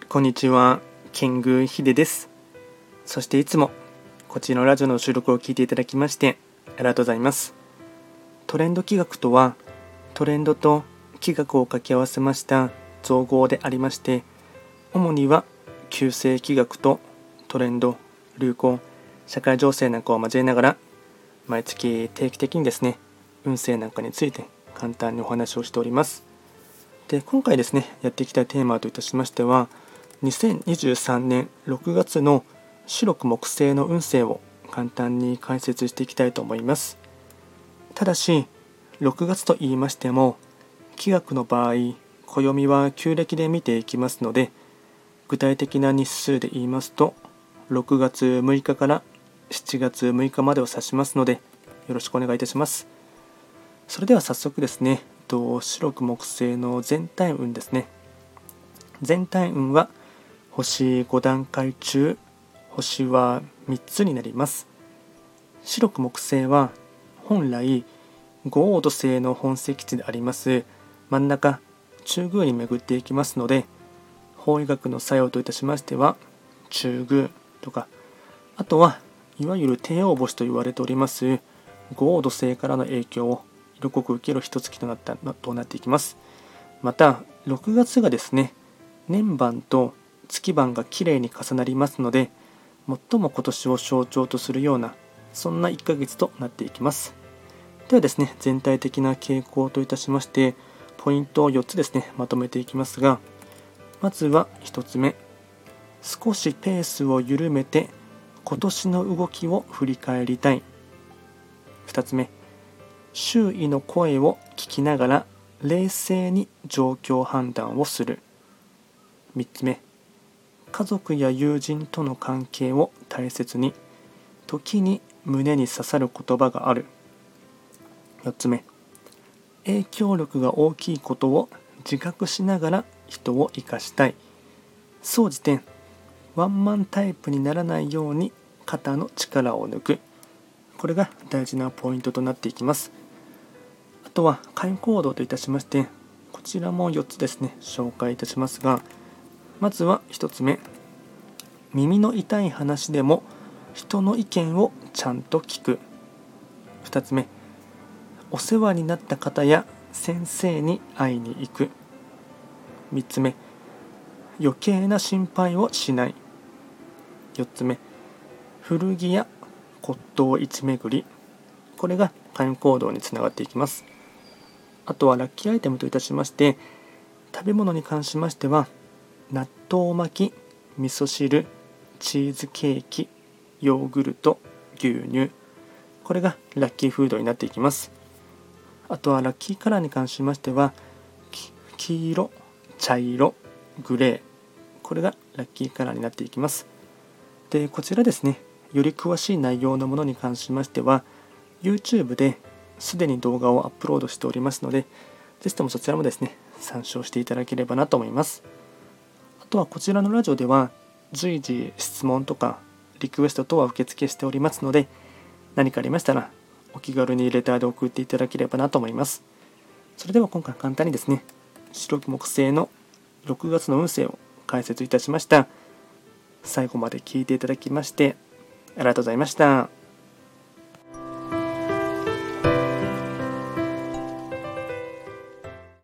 こんにちは、キングヒデです。そしていつもこちらのラジオの収録を聞いていただきましてありがとうございます。トレンド企画とは、トレンドと企画を掛け合わせました造語でありまして、主には旧世企画とトレンド、流行、社会情勢なんかを交えながら、毎月定期的にですね、運勢なんかについて簡単にお話をしております。で、今回ですね、やっていきたいテーマといたしましては、2023年6月の白く木星の運勢を簡単に解説していきたいと思います。ただし、6月と言いましても、気学の場合、暦は旧暦で見ていきますので、具体的な日数で言いますと、6月6日から7月6日までを指しますので、よろしくお願いいたします。それでは早速ですね、白く木星の全体運ですね。全体運は星5段階中、星は3つになります。白く木星は本来五黄土星の本石地であります真ん中中宮に巡っていきますので、法医学の作用といたしましては中宮とか、あとはいわゆる帝王星と言われております五黄土星からの影響を色濃く受ける一月となっていきます。また6月がですね、年番と月番がきれいに重なりますので、最も今年を象徴とするような、そんな1ヶ月となっていきます。ではですね、全体的な傾向といたしまして、ポイントを4つですね、まとめていきますが、まずは1つ目、少しペースを緩めて今年の動きを振り返りたい。2つ目、周囲の声を聞きながら冷静に状況判断をする。3つ目、家族や友人との関係を大切に、時に胸に刺さる言葉がある。4つ目、影響力が大きいことを自覚しながら人を生かしたい。総じてワンマンタイプにならないように肩の力を抜く。これが大事なポイントとなっていきます。あとは開運行動といたしまして、こちらも4つですね、紹介いたしますが、まずは1つ目、耳の痛い話でも人の意見をちゃんと聞く。2つ目、お世話になった方や先生に会いに行く。3つ目、余計な心配をしない。4つ目、古着や骨董市巡り。これが開運行動につながっていきます。あとはラッキーアイテムといたしまして、食べ物に関しましては納豆巻き、味噌汁、チーズケーキ、ヨーグルト、牛乳、これがラッキーフードになっていきます。あとはラッキーカラーに関しましては黄色、茶色、グレー、これがラッキーカラーになっていきます。で、こちらですね、より詳しい内容のものに関しましては YouTube ですでに動画をアップロードしておりますので、ぜひともそちらもですね、参照していただければなと思います。あとはこちらのラジオでは随時質問とかリクエスト等は受付しておりますので、何かありましたらお気軽にレターで送っていただければなと思います。それでは今回簡単にですね、白く木星の6月の運勢を解説いたしました。最後まで聞いていただきましてありがとうございました。